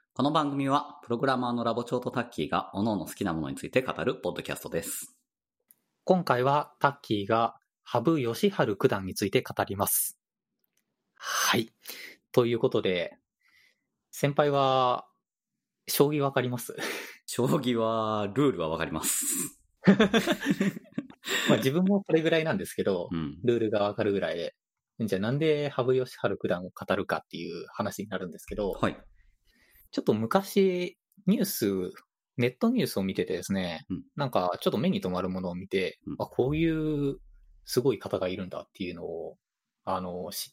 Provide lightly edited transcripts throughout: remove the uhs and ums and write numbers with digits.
この番組は、プログラマーのラボ長とタッキーが、各々好きなものについて語るポッドキャストです。 今回はタッキーが羽生善治九段について語ります。はい。ということで、先輩は、将棋わかります？ 将棋は、ルールはわかります。 まあ自分もこれぐらいなんですけど、 うん。 ルールがわかるぐらいで。じゃあなんで羽生善治九段を語るかっていう話になるんですけど、 はい。 ちょっと昔、ネットニュースを見ててですね、 うんなんかちょっと目に留まるものを見て、 うんこういうすごい方がいるんだっていうのを、知って、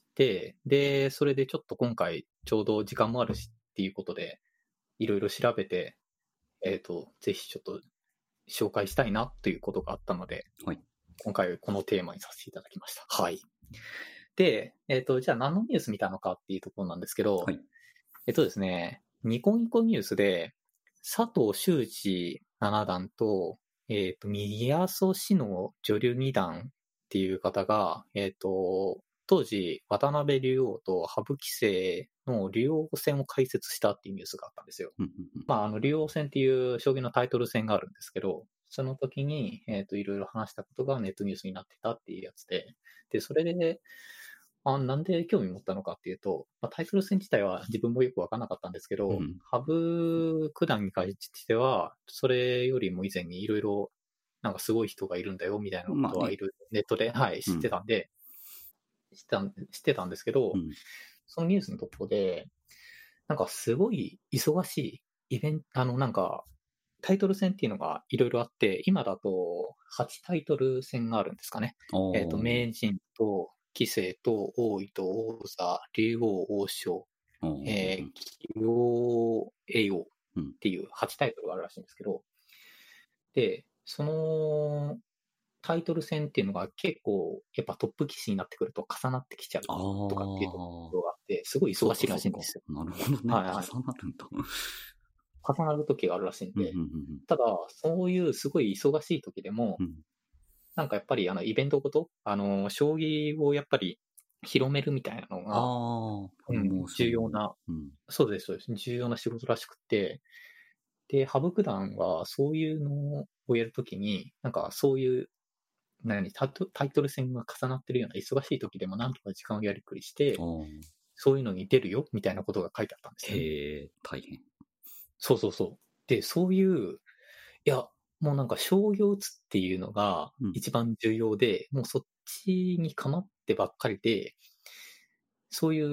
で、それでちょっと今回ちょうど時間もあるしっていうことで、いろいろ調べて、ぜひちょっと紹介したいなということがあったので、 はい。 今回このテーマにさせていただきました。はい。で、じゃあ何のニュース見たのかっていうところなんですけど、 はいですね、ニコニコニュースで、佐藤修二七段と、宮曽市の女流二段っていう方が、当時、渡辺竜王と羽生棋聖の竜王戦を開設したっていうニュースがあったんですよ。 うんうんまあ、竜王戦っていう将棋のタイトル戦があるんですけど、その時に、いろいろ話したことがネットニュースになってたっていうやつで、で、それで、なんで興味持ったのかっていうと、タイトル戦自体は自分もよくわからなかったんですけど、 うん羽生九段に関しては、それよりも以前にいろいろ、なんかすごい人がいるんだよみたいなことまあねはいろいろネットで、はい、知ってたんで、知ってたんですけど、 うんそのニュースのところで、なんかすごい忙しいイベント、なんか、タイトル戦っていうのがいろいろあって、今だと8タイトル戦があるんですかね。 おー名人と棋聖と王位と王座、竜王、王将、 おー棋王、叡王うんっていう8タイトルがあるらしいんですけど、で、そのタイトル戦っていうのが結構、やっぱトップ棋士になってくると重なってきちゃうあとかっていうとーころがあって、すごいそっ忙しいらかそっか。 しいんですよ。 なるほどね。 はいはい。 重なるんだ。 重なる時があるらしいんうんうんで、ただ、そういうすごい忙しい時でもう、んなんかやっぱりイベントごと、将棋をやっぱり広めるみたいなのが、 プロモーション。 重要な、 うんそうです、そうです。重要な仕事らしくて、で、羽生九段はそういうのをやるときに、なんかそういう、タイトル戦が重なってるような忙しい時でもなんとか時間をやりくりして、 おーそういうのに出るよ、みたいなことが書いてあったんですよね。 へえ、大変。 そうそうそう。で、そういう、いや、もうなんか商業打つっていうのがうん一番重要で、もうそっちに構ってばっかりで、そういう、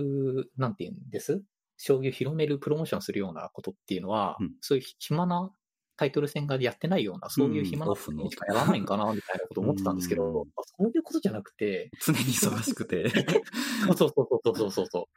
なんていうんです、将棋を広める、プロモーションするようなことっていうのは、 うんそういう暇なタイトル戦がやってないような、そういう暇なオフの。 時にしかやらないんかな、みたいなことを思ってたんですけど、そういうことじゃなくて、 常に忙しくて。 そうそうそうそうそうそう、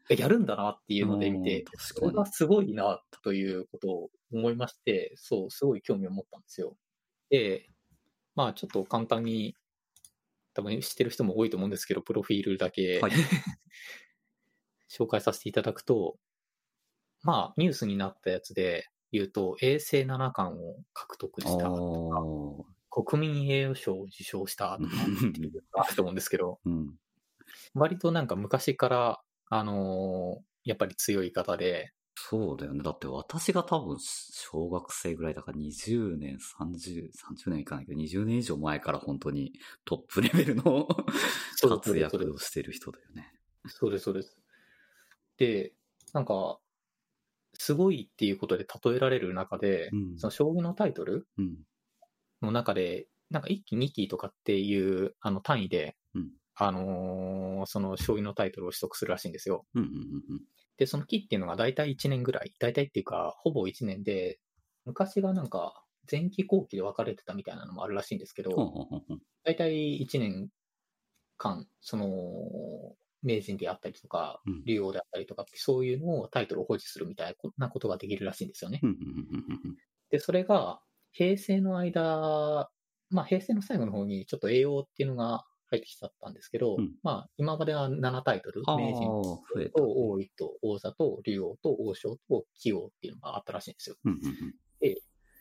やるんだなっていうので見て、それ確かに。 がすごいな、ということを思いまして、そう、すごい興味を持ったんですよ。で、まあちょっと簡単に、多分知ってる人も多いと思うんですけど、プロフィールだけ、 はい。 紹介させていただくと、まあニュースになったやつで言うと、永世七冠を獲得したとか、 おー。 国民栄誉賞を受賞したとかっていうのがあると思うんですけど、 うん。 割となんか昔から、やっぱり強い方で、 そうだよね。だって私が多分小学生ぐらいだから20年、30年いかないけど20年以上前から本当にトップレベルの活そうです、そうです。 躍をしてる人だよね。 そうです、そうです。で、なんか、すごいっていうことで例えられる中で、 うんその将棋のタイトルうんの中で、なんか1期2期とかっていう単位で、 うんその将棋のタイトルを取得するらしいんですよ。 うんうんで、その期っていうのが大体1年ぐらい、大体っていうか、ほぼ1年で、昔がなんか前期後期で分かれてたみたいなのもあるらしいんですけど、 ほんほんほんほん大体1年間、その、名人であったりとかうん、 竜王であったりとか、そういうのをタイトルを保持するみたいなことができるらしいんですよね。 うんうんうんで、それが、平成の間、まあ平成の最後の方にちょっと栄養っていうのが入ってきちゃったんですけど、 うんまあ今までは7タイトル、 はあ、 名人増えとたね。 王位と王座と竜王と王将と棋王っていうのがあったらしいんですよ。 うんうんで、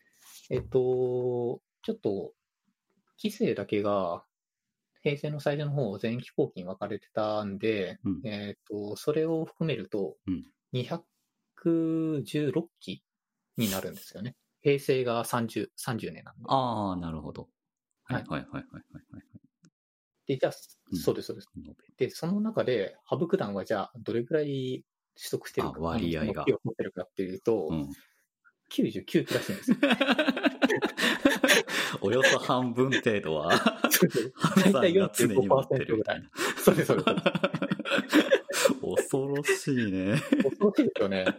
ちょっと、棋聖だけが、平成の最初の方、前期後期に分かれてたんで、 うんそれを含めると、 うん 200 116期になるんですよね。平成が30年なんで。 ああ、なるほど。ははいいはいはいはいはいはい。 で、じゃあ、 うんそうです、そうです。 延べで、その中で、羽生九段はじゃあ、どれくらい取得してるか、 割合がその期を取ってるかっていうと、 うん。 99期らしいんですよ。 およそ半分程度は、 そうですハム大体さんが常に持ってる 45%ぐらい。 みたいな。 そうです、そうです。 恐ろしいね。 恐ろしいですよね。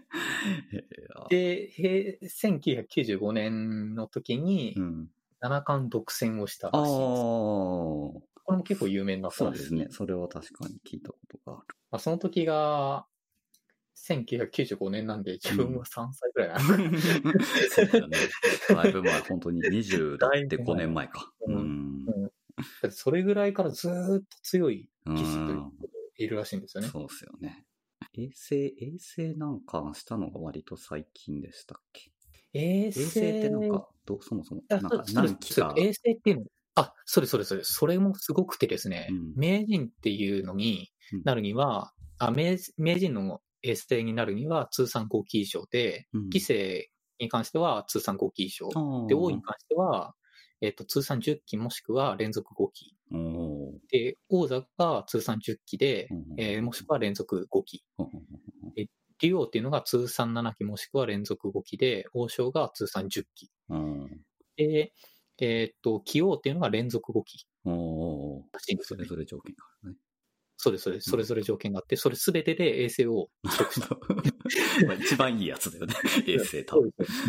で、1995年の時にう、ん。 七冠独占をしたああ、 らしいです。 そこれも結構有名になったらしい。 うですね。それは確かに聞いたことがある。 まあ、その時が、1995年なんで、自分は3歳ぐらいなのかな。 そうだよね。だいぶ前、本当に20だって5年前か。 うんうんだってそれぐらいからずーっと強い棋士ということでいるらしいんですよね。 そうですよね。衛星なんかしたのが割と最近でしたっけ？ 衛衛星ってなんか、そもそも、なんか何期か。 衛星っていうの、それ。それもすごくてですね、 うん名人っていうのになるには、名人の衛星になるには通算5期以上で、 うん棋聖に関しては通算5期以上。で、王位に関しては、通算10期もしくは連続5期。で、王座が通算10期で、もしくは連続5期。で竜王っていうのが通算7期もしくは連続5期で、王将が通算10期。で、棋王っていうのが連続5期。らしいんですよね。 それぞれ条件があるね。 そうです、それぞれ条件があって、それすべてで衛星を取得した。 まあ一番いいやつだよね。衛星多分。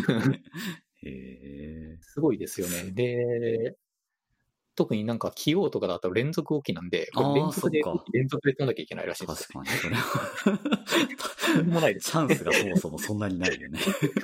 すごいですよね。で、特になんか棋王とかだと連続5期なんで、これ連続で取らなきゃいけないらしいです。 確かに、それは。 とんでもないです。 チャンスがそもそもそんなにないよね。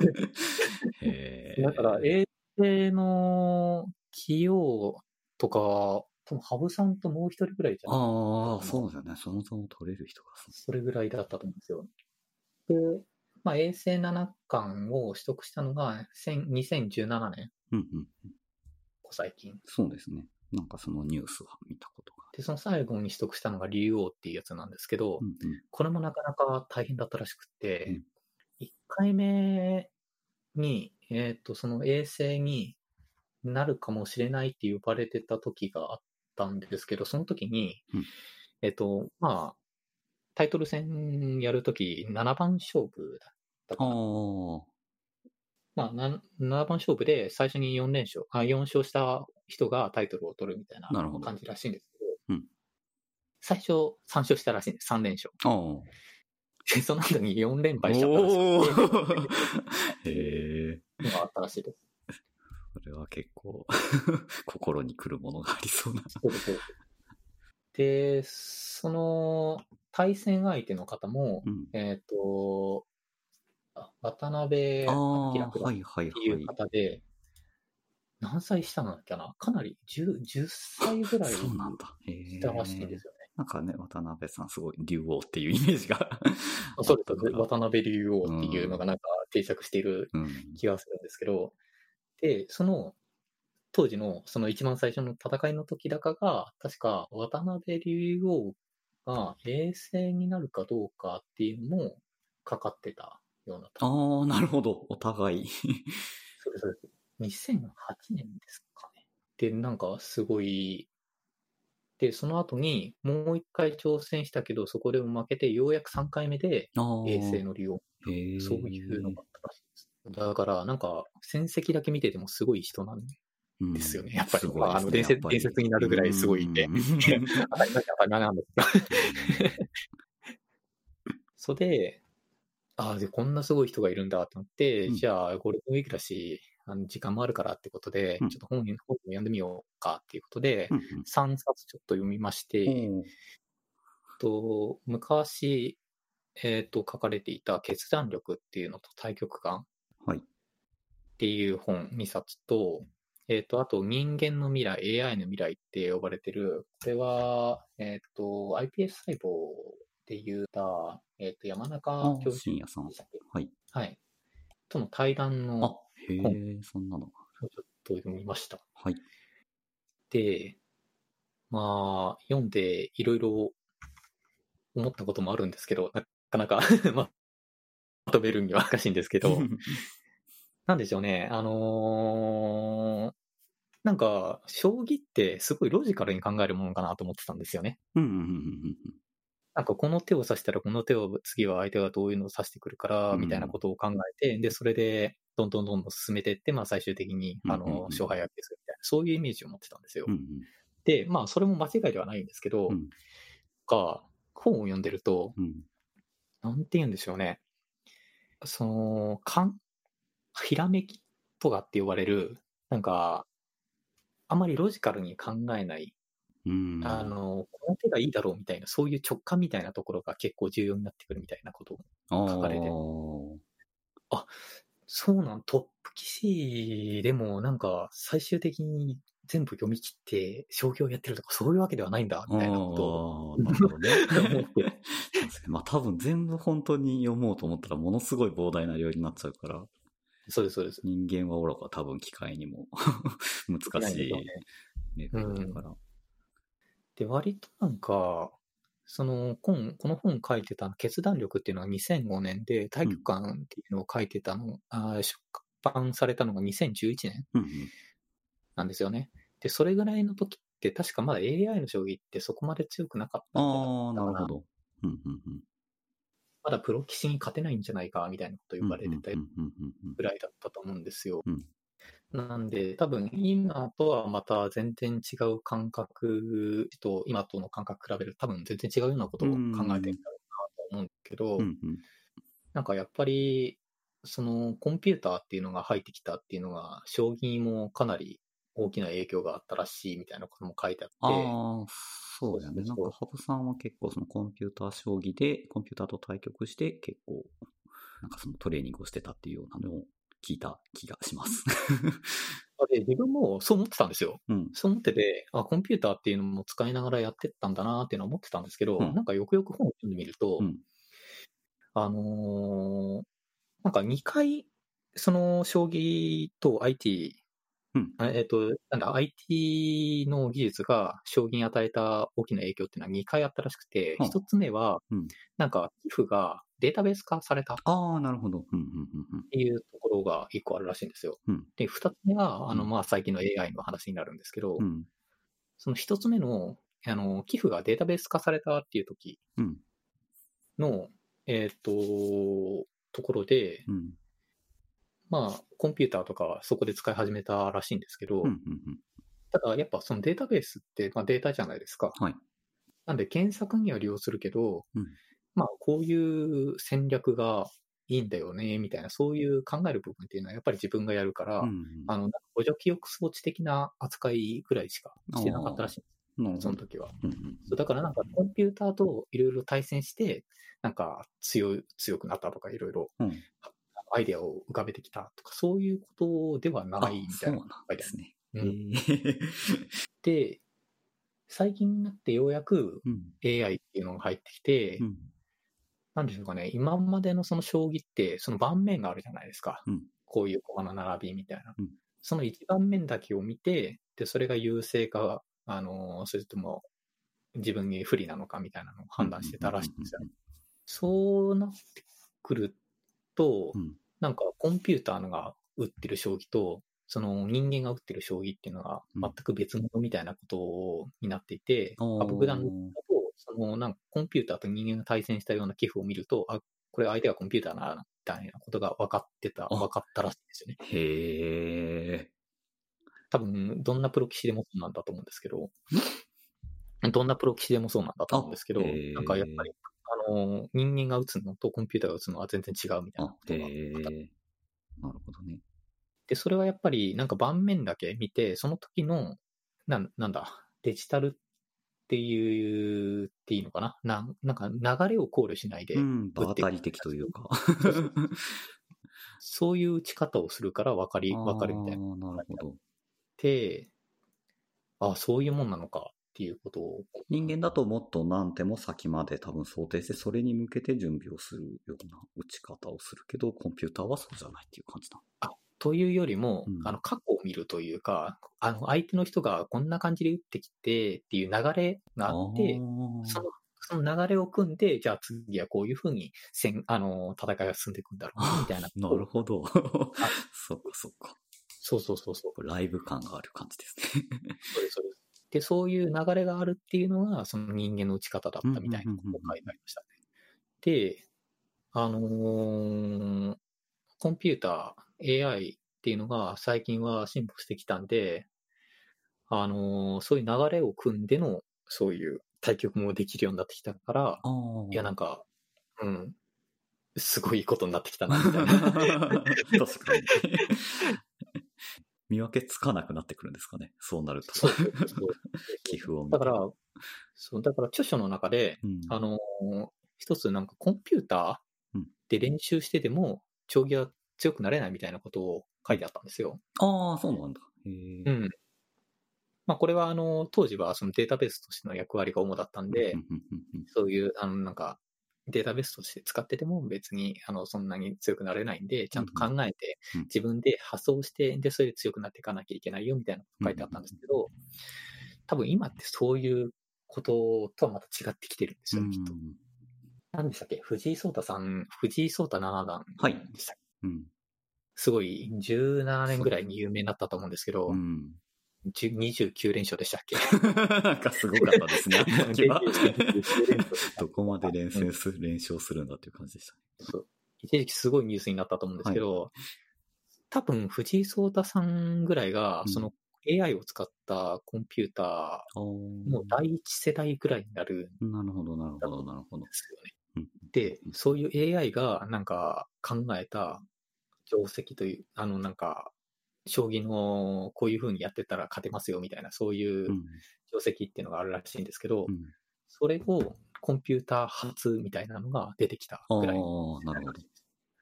だから、衛星の棋王とか、多分羽生さんともう一人ぐらいじゃないかな。 そうですよね。そもそも取れる人が。 それぐらいだったと思うんですよ。で、まあ、衛星七冠を取得したのが2017年。最近。 そうですね。なんかそのニュースは見たことが。 で、その最後に取得したのが竜王っていうやつなんですけど、これもなかなか大変だったらしくて、1回目に、その衛星になるかもしれないって呼ばれてた時があったんですけど、その時に、まあ、タイトル戦やるとき7番勝負だったかな。まあ、7番勝負で最初に4勝した人がタイトルを取るみたいな感じらしいんですけど、最初3勝したらしいんです、3連勝。で、その後に4連敗しちゃったらしいでのがあったらしいです。 それは結構心に来るものがありそうな。 で、その対戦相手の方も、渡辺明九段っていう方で、何歳下なんだっけな、かなり10歳ぐらい下らしいんですよね。 なんかね、渡辺さんすごい竜王っていうイメージがそうです。渡辺竜王っていうのがなんか定着している気がするんですけど、で、その当時のその一番最初の戦いの時だかが、確か渡辺竜王が衛星になるかどうかっていうのもかかってたような。 なるほど。お互い。 そうです。2008年ですかね。で、なんかすごい、で、その後にもう一回挑戦したけど、そこでも負けて、ようやく3回目で衛星の竜王。そういうのがあったらしいです。だから、なんか戦績だけ見ててもすごい人なんですよね。やっぱり、伝説になるぐらいすごいんで。当たり前なんですけど。それで、で、こんなすごい人がいるんだと思って、じゃあ、ゴールデンウィークだし、時間もあるからってことで、ちょっと本を読んでみようかっていうことで、3冊ちょっと読みまして、昔、書かれていた決断力っていうのと大局観っていう本2冊と、あと人間の未来、AI の未来って呼ばれてる、これは、iPS 細胞で言った山中教授でしたっけ？はい。との対談の本。 そんなの。 ちょっと読みました。 はい。 で、まあ、読んでいろいろ思ったこともあるんですけど、なかなかまあ、 とめるには難しいんですけど、なんでしょうね、なんか、将棋ってすごいロジカルに考えるものかなと思ってたんですよね。 うんうんうんうんなんかこの手を指したらこの手を次は相手がどういうのを指してくるから、みたいなことを考えて、で、それでどんどんどんどん進めていって、まあ最終的に、 うんうんうん勝敗を決するみたいな、そういうイメージを持ってたんですよ。 うんで、まあそれも間違いではないんですけど、 うん本を読んでると、 うんなんて言うんでしょうね。ひらめきとかって呼ばれる、なんか、あまりロジカルに考えない、 うんこの手がいいだろうみたいな、そういう直感みたいなところが結構重要になってくるみたいなことをあ書かれて、 ーあ、トップ棋士でもなんか最終的に全部読み切って将棋をやってるとかそういうわけではないんだ、みたいなことをなるほどね。 思って。 確かに。まあ多分全部本当に読もうと思ったらものすごい膨大な量になっちゃうから、 そうです、そうです。 人間はおろか多分機械にも難しいレベルだから。 で、割となんか、この本書いてた決断力っていうのは2005年で、大局観っていうのを書いてたの、出版されたのが2011年うんうんなんですよね。で、それぐらいの時って確かまだ AI の将棋ってそこまで強くなかったんじゃなかああ、 ったかな。 なるほど。うんうんうんまだプロ棋士に勝てないんじゃないかみたいなこと言われてたうんうんうんぐらいだったと思うんですよ。 うんなんで、多分今とはまた全然違う感覚と、今との感覚比べると多分全然違うようなことを考えてるんだろうなと思うんですけど、 うんうんなんかやっぱり、そのコンピューターっていうのが入ってきたっていうのが、将棋にもかなり大きな影響があったらしいみたいなことも書いてあって、 ああ、そうやね。なんか、羽生さんは結構そのコンピューター将棋で、コンピューターと対局して結構、なんかそのトレーニングをしてたっていうようなのを聞いた気がします。 で自分もそう思ってたんですよ。 うん。 そう思ってて、コンピューターっていうのも使いながらやってったんだなっていうのは思ってたんですけど、 うん。 なんかよくよく本を読んでみると、 うん。 あのーなんか2回、将棋と IT、 うん。 IT の技術が将棋に与えた大きな影響っていうのは2回あったらしくて、 はあ 1つ目は、 うん。 なんか寄付がデータベース化されたっああ、なるほど。うん。うん。うん。 ていうところが1個あるらしいんですよ。 うん。 で、2つ目は、 うんまあ、最近の AI の話になるんですけど、 うん。 その1つ目の、寄付がデータベース化されたっていう時うん。 の、ところで、 うん。 まあ、コンピューターとかはそこで使い始めたらしいんですけど、 うん。うん。 ただやっぱそのデータベースって、まあ、データじゃないですか。 はい。 なんで検索には利用するけど、 うん。 まあ、こういう戦略がいいんだよね、みたいな、そういう考える部分っていうのはやっぱり自分がやるから、 うん。 なんか補助記憶装置的な扱いぐらいしかしてなかったらしいんです。 なるほど。 その時は。 うん。 そうだからなんかコンピューターといろいろ対戦して、なんか強くなったとかいろいろうん。 アイデアを浮かべてきたとか、そういうことではないみたいなそうなんですね。 で、最近になってようやくうん。 AI っていうのが入ってきて、 うん。 なんでしょうかね、今までのその将棋って、その盤面があるじゃないですか。 うん。 こういう駒の並びみたいな。 うん。 その一盤面だけを見て、で、それが優勢か、それとも自分に不利なのかみたいなのを判断してたらしいんですよね。そうなってくると、なんかコンピューターのが打ってる将棋と、その人間が打ってる将棋っていうのが全く別物みたいなことになっていて、僕らのだと、なんかコンピューターと人間が対戦したような棋譜を見ると、これ相手がコンピューターな、みたいなことが分かったらしいんですよね。 へえ。 多分、どんなプロ棋士でもそうなんだと思うんですけど、どんなプロ棋士でもそうなんだと思うんですけど、なんかやっぱり、人間が打つのとコンピューターが打つのは全然違うみたいなことが分かった。 なるほどね。 で、それはやっぱりなんか盤面だけ見て、その時の、なんだ、デジタルっていうっていいのかな、なんか流れを考慮しないで場当たり的というか。 そういう打ち方をするから分かるみたいな。 なるほど。 で、そういうもんなのかっていうことを。 人間だともっと何手も先まで多分想定して、それに向けて準備をするような打ち方をするけど、コンピューターはそうじゃないっていう感じだ。 というよりも、過去を見るというか、相手の人がこんな感じで打ってきてっていう流れがあって、 その流れを組んで、じゃあ次はこういうふうに戦いが進んでいくんだろうな、みたいな。 なるほど。そっかそっか。 そう。 ライブ感がある感じですね。 そうです。で、そういう流れがあるっていうのが、その人間の打ち方だったみたいなことを書いてありましたね。で、コンピューター、AI っていうのが最近は進歩してきたんで、そういう流れを組んでの、そういう対局もできるようになってきたから、いや、なんか、すごいことになってきたな、みたいな。 確かに。見分けつかなくなってくるんですかね。そうなると。 そう。 寄付を見て。 だから著書の中で、一つなんかコンピューターで練習してでも、将棋は強くなれないみたいなことを書いてあったんですよ。 ああ、そうなんだ。へえ。 まあ、これは当時はそのデータベースとしての役割が主だったんで、そういうなんかデータベースとして使ってても別にそんなに強くなれないんで、ちゃんと考えて自分で発想して、でそれで強くなっていかなきゃいけないよみたいなこと書いてあったんですけど、多分今ってそういうこととはまた違ってきてるんですよね、きっと。何でしたっけ、藤井聡太七段でしたっけ、すごい17年ぐらいに有名になったと思うんですけど、29連勝でしたっけなんかすごかったですね、あの時は。どこまで連勝するんだっていう感じでしたね。 そう。一時期すごいニュースになったと思うんですけど、多分藤井聡太さんぐらいが、その AI を使ったコンピューターの第一世代ぐらいになる。 なるほど。 ですよね。で、そういう AI がなんか考えた定石という、なんか、将棋のこういう風にやってたら勝てますよみたいな、そういう定石っていうのがあるらしいんですけど、それをコンピューター発みたいなのが出てきたぐらい。 なるほど。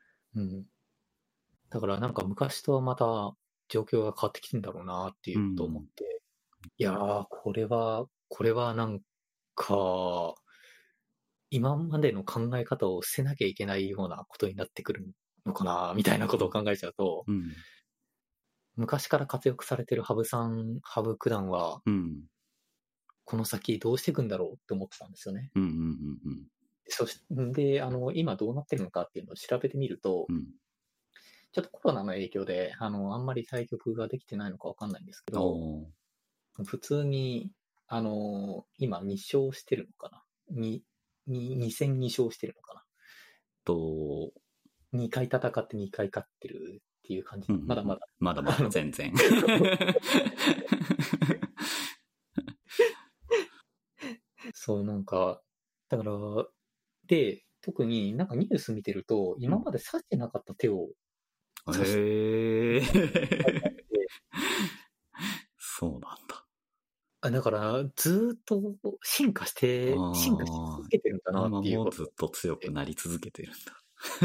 だからなんか昔とはまた状況が変わってきてんだろうなっていうことを思って、いやー、これはなんか、今までの考え方を捨てなきゃいけないようなことになってくるのかなみたいなことを考えちゃうと、昔から活躍されてる羽生九段は、この先どうしていくんだろうって思ってたんですよね。そして今どうなってるのかっていうのを調べてみると、ちょっとコロナの影響であんまり対局ができてないのかわかんないんですけど、普通に今2勝してるのかな、2戦2勝してるのかな、2回戦って2回勝ってるっていう感じ。まだ全然。 そう、なんか、だから、で、特になんかニュース見てると、今まで指してなかった手を指して、 そうなんだ。 だから、ずっと進化し続けてるんだなっていうこと。 今もずっと強くなり続けてるんだ。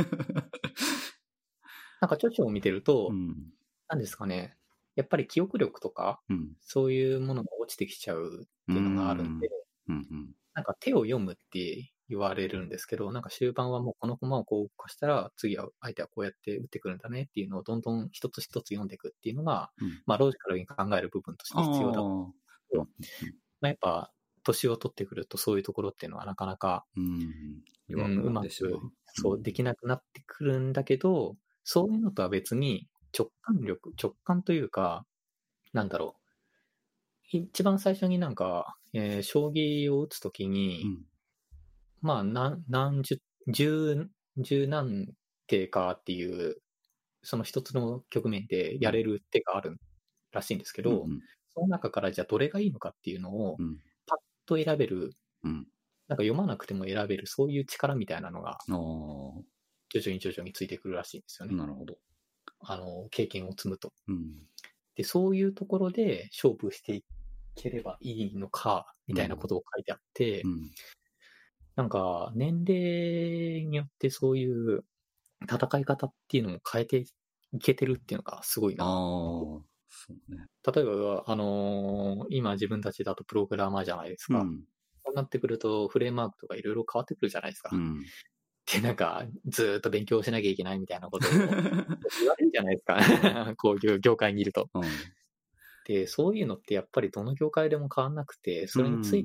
なんか著書を見てると、何ですかね、やっぱり記憶力とか、そういうものが落ちてきちゃうっていうのがあるんで、なんか手を読むって言われるんですけど、なんか終盤はもうこの駒をこう動かしたら、次は相手はこうやって打ってくるんだねっていうのをどんどん一つ一つ読んでいくっていうのが、まあロジカルに考える部分として必要だと。まあ、やっぱ年を取ってくるとそういうところっていうのはなかなかうまくそうできなくなってくるんだけど、そういうのとは別に直感というか、なんだろう、一番最初になんか、将棋を打つときに、まあ十何手かっていうその一つの局面でやれる手があるらしいんですけど、その中からじゃあどれがいいのかっていうのをパッと選べる、なんか読まなくても選べる、そういう力みたいなのが徐々についてくるらしいんですよね。 なるほど。 経験を積むと。で、そういうところで勝負していければいいのかみたいなことを書いてあって、なんか年齢によってそういう戦い方っていうのも変えていけてるっていうのがすごいな。例えば、今自分たちだとプログラマーじゃないですか。そうなってくるとフレームワークとかいろいろ変わってくるじゃないですか。で、なんかずーっと勉強しなきゃいけないみたいなことを言われるじゃないですか。こういう業界にいると。で、そういうのってやっぱりどの業界でも変わんなくて、それについてって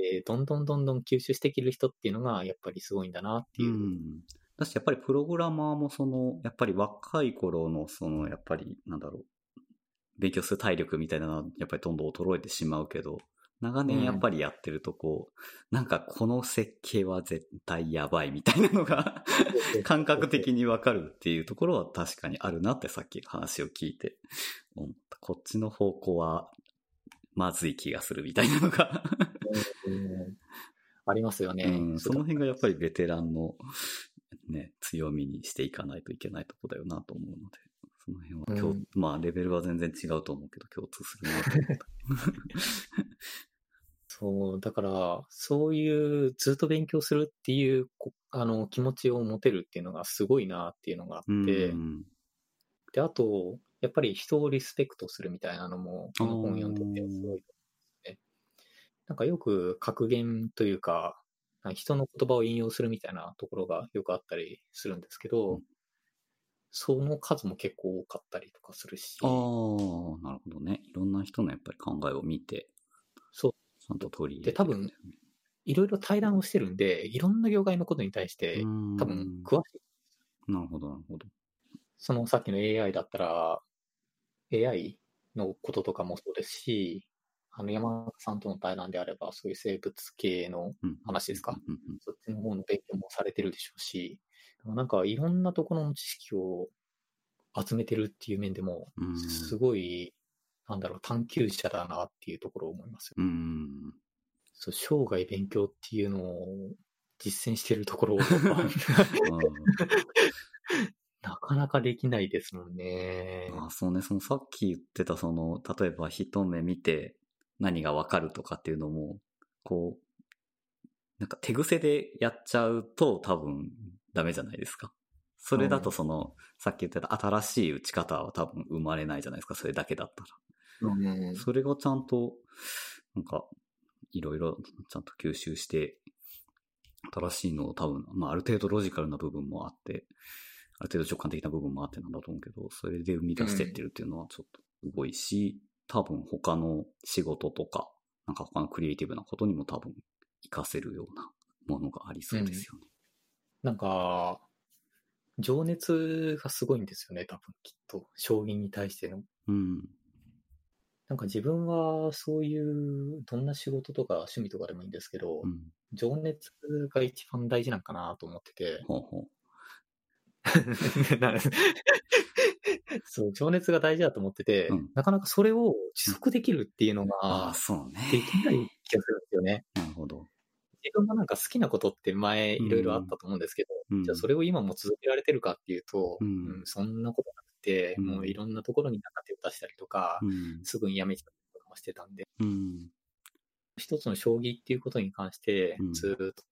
で、どんどん吸収していける人っていうのが、やっぱりすごいんだなっていう。 だし、やっぱりプログラマーもやっぱり若い頃のやっぱり、勉強する体力みたいなのは、やっぱりどんどん衰えてしまうけど、長年やっぱりやってるとなんかこの設計は絶対やばいみたいなのが感覚的にわかるっていうところは確かにあるなってさっき話を聞いて思った。こっちの方向はまずい気がするみたいなのがありますよね。 その辺がやっぱりベテランのね、強みにしていかないといけないとこだよなと思うので、その辺はまあレベルは全然違うと思うけど共通するなと思った。 そう、だから、そういうずっと勉強するっていう気持ちを持てるっていうのがすごいなっていうのがあって、で、あと、やっぱり人をリスペクトするみたいなのも、この本を読んでてすごいですね。なんかよく格言というか、人の言葉を引用するみたいなところがよくあったりするんですけど、その数も結構多かったりとかするし。 なるほどね。いろんな人のやっぱり考えを見て、 そう。 ちゃんと取り入れて。で、多分、いろいろ対談をしてるんで、いろんな業界のことに対して、多分、詳しい。なるほど。 そのさっきの AI だったら、AI のこととかもそうですし、山中さんとの対談であれば、そういう生物系の話ですか。そっちの方の勉強もされてるでしょうし、なんかいろんなところの知識を集めてるっていう面でも、すごい、探求者だなっていうところを思いますよ。そう、生涯勉強っていうのを実践してるところとか、なかなかできないですもんね。 そうね、さっき言ってた例えば一目見て何がわかるとかっていうのも、なんか手癖でやっちゃうと多分ダメじゃないですか。それだとさっき言ってた新しい打ち方は多分生まれないじゃないですか、それだけだったら。それがちゃんと、なんか、いろいろちゃんと吸収して、新しいのを多分、ある程度ロジカルな部分もあって、ある程度直感的な部分もあってなんだと思うけど、それで生み出してってるっていうのはちょっとすごいし、多分他の仕事とか、なんか他のクリエイティブなことにも多分活かせるようなものがありそうですよね。 なんか、情熱がすごいんですよね、多分きっと。将棋に対しての。なんか自分はそういうどんな仕事とか趣味とかでもいいんですけど、情熱が一番大事なんかなと思ってて。そう、情熱が大事だと思ってて、なかなかそれを持続できるっていうのが、できない気がするんですよね。 なるほど。 自分がなんか好きなことって前いろいろあったと思うんですけど、じゃあそれを今も続けられてるかっていうと、そんなことなくて、もういろんなところになんか手を出したりとか、すぐにやめちゃったりとかもしてたんで、一つの将棋っていうことに関して、ずっと、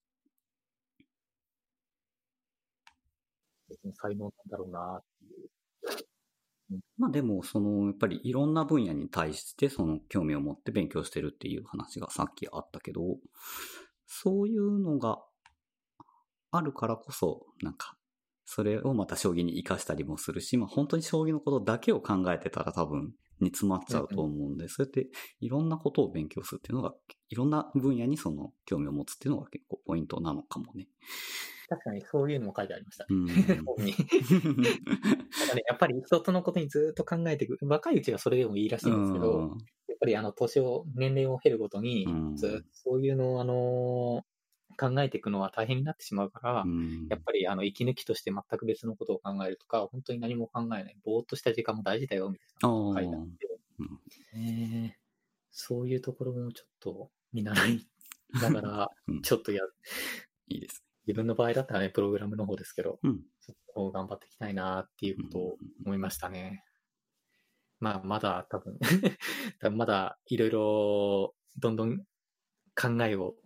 才能なんだろうなっていう。 でも、やっぱりいろんな分野に対して興味を持って勉強してるっていう話がさっきあったけど、そういうのがあるからこそ、なんか、それをまた将棋に活かしたりもするし、本当に将棋のことだけを考えてたら多分煮詰まっちゃうと思うんで、そうやっていろんなことを勉強するっていうのが、いろんな分野に興味を持つっていうのが結構ポイントなのかもね。 確かにそういうのも書いてありましたね。本に。やっぱり一つのことにずっと考えていく。若いうちはそれでもいいらしいんですけど、やっぱり年齢を経るごとに、ずっとそういうのを考えていくのは大変になってしまうから、やっぱり息抜きとして全く別のことを考えるとか、本当に何も考えない、ぼーっとした時間も大事だよみたいなのが書いてあって、そういうところもちょっと見習いながら、ちょっといいです。 自分の場合だったらね、プログラムの方ですけど、そっちの方頑張っていきたいなっていうことを思いましたね。まだ多分まだいろいろどんどん考えを、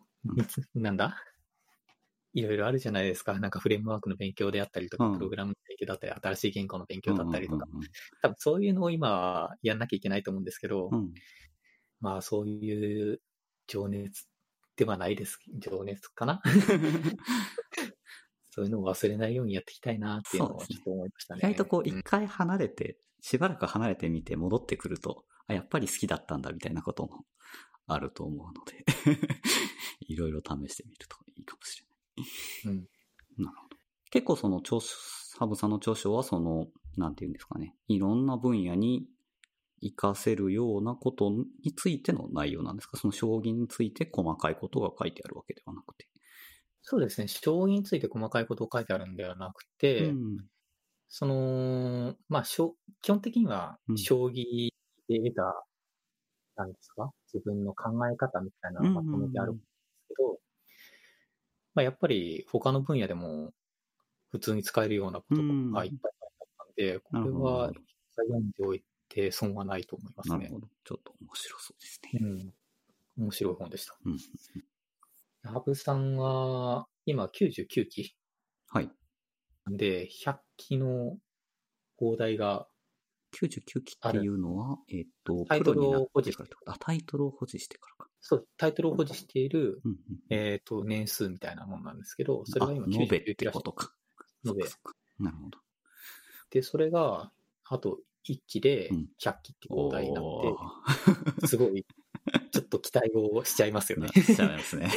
いろいろあるじゃないですか。なんかフレームワークの勉強であったりとか、プログラムの勉強だったり、新しい言語の勉強だったりとか、多分そういうのを今やんなきゃいけないと思うんですけど、そういう情熱ではないです。情熱かなそういうのを忘れないようにやっていきたいなっていうのをちょっと思いましたね。 意外と一回離れて、しばらく離れてみて戻ってくると、やっぱり好きだったんだみたいなこともあると思うので、いろいろ試してみるといいかもしれない。なるほど。結構その羽生さんの著書はなんていうんですかね、いろんな分野に活かせるようなことについての内容なんですか？その将棋について細かいことが書いてあるわけではなくて。 そうですね。将棋について細かいことを書いてあるんではなくて、基本的には将棋で得た、なんですか、自分の考え方みたいなのをまとめてあるんですけど、やっぱり他の分野でも普通に使えるようなこととかがいっぱい書いてあったんで、これは読んでおいて損はないと思いますね。 なるほど。ちょっと面白そうですね。 面白い本でした。羽生さんは今99期。 はい。 で、100期の砲台が 99期っていうのは、 タイトルを保持してから。タイトルを保持してからか。 そう、タイトルを保持している、年数みたいなものなんですけど、それが今延べってことか。 延べ。 なるほど。 で、それが、あと1期で100期って砲台になって、すごい、ちょっと期待をしちゃいますよね。 しちゃいますね。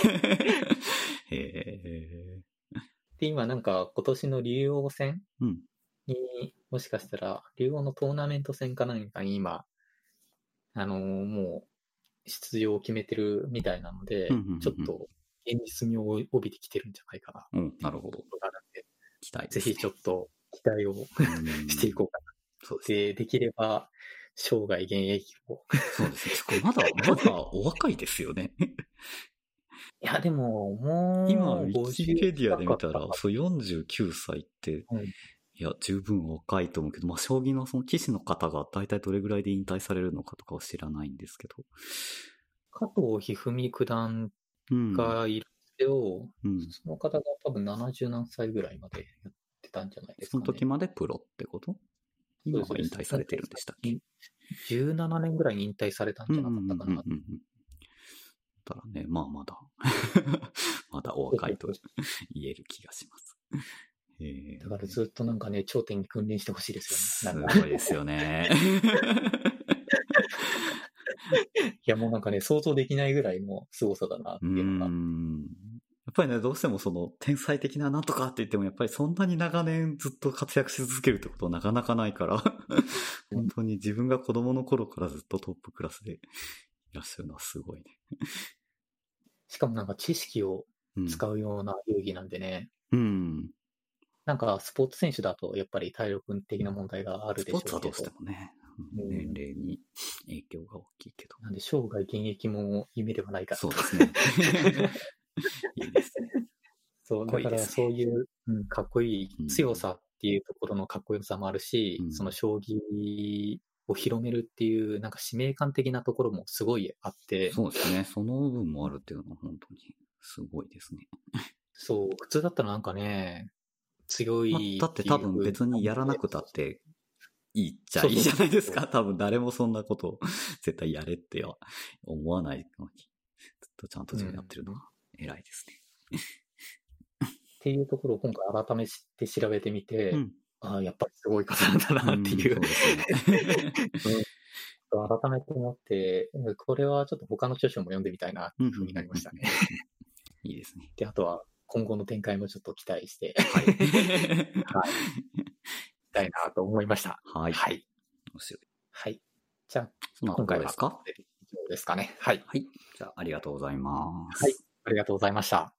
で、今なんか今年の竜王戦に、もしかしたら竜王のトーナメント戦か何かに今、もう出場を決めてるみたいなので、ちょっと現実味を帯びてきてるんじゃないかな。 なるほど。期待ですね。ぜひちょっと期待をしていこうかな。そうですね。できれば生涯現役を。 そうですね。まだお若いですよね。 いや、でも、もう、 今、ウィキペディアで見たら、49歳って、いや、十分若いと思うけど、将棋のその棋士の方が大体どれぐらいで引退されるのかとかは知らないんですけど。 加藤一二三九段がいるけど、その方が多分70何歳ぐらいまでやってたんじゃないですかね。 その時までプロってこと？今は引退されてるんでしたっけ ？17年ぐらいに引退されたんじゃなかったかな。 たらね、まだ、まだお若いと言える気がします。 だからずっとなんかね、頂点に君臨してほしいですよね。 すごいですよね。 いや、もうなんかね、想像できないぐらいの凄さだなっていうのが。 やっぱりね、どうしてもその天才的ななんとかって言っても、やっぱりそんなに長年ずっと活躍し続けるってことはなかなかないから、本当に自分が子供の頃からずっとトップクラスでいらっしゃるのはすごいね。 しかもなんか知識を使うような遊戯なんでね。なんかスポーツ選手だとやっぱり体力的な問題があるでしょうけど。 スポーツはどうしてもね、年齢に影響が大きいけど。 なんで生涯現役も夢ではないかなと。 そうですね。いいですね。 そう、だからそういう、かっこいい強さっていうところのかっこよさもあるし、その将棋を広めるっていうなんか使命感的なところもすごいあって。 そうですね。その部分もあるっていうのは本当にすごいですね。 そう、普通だったらなんかね、強い、 だって多分別にやらなくたっていいっちゃいいじゃないですか。多分誰もそんなことを絶対やれっては思わないのに、ずっとちゃんと自分やってるのは偉いですね。 っていうところを今回改めて調べてみて、やっぱりすごい方なんだなっていう。改めて思って、これはちょっと他の著書も読んでみたいなっていうふうになりましたね。 いいですね。 で、あとは今後の展開もちょっと期待して、たいなと思いました。 はい。 はい。 面白い。 はい。じゃあ、 今回ですか？ 以上ですかね。はい。 はい。じゃあ、ありがとうございます。 はい。ありがとうございました。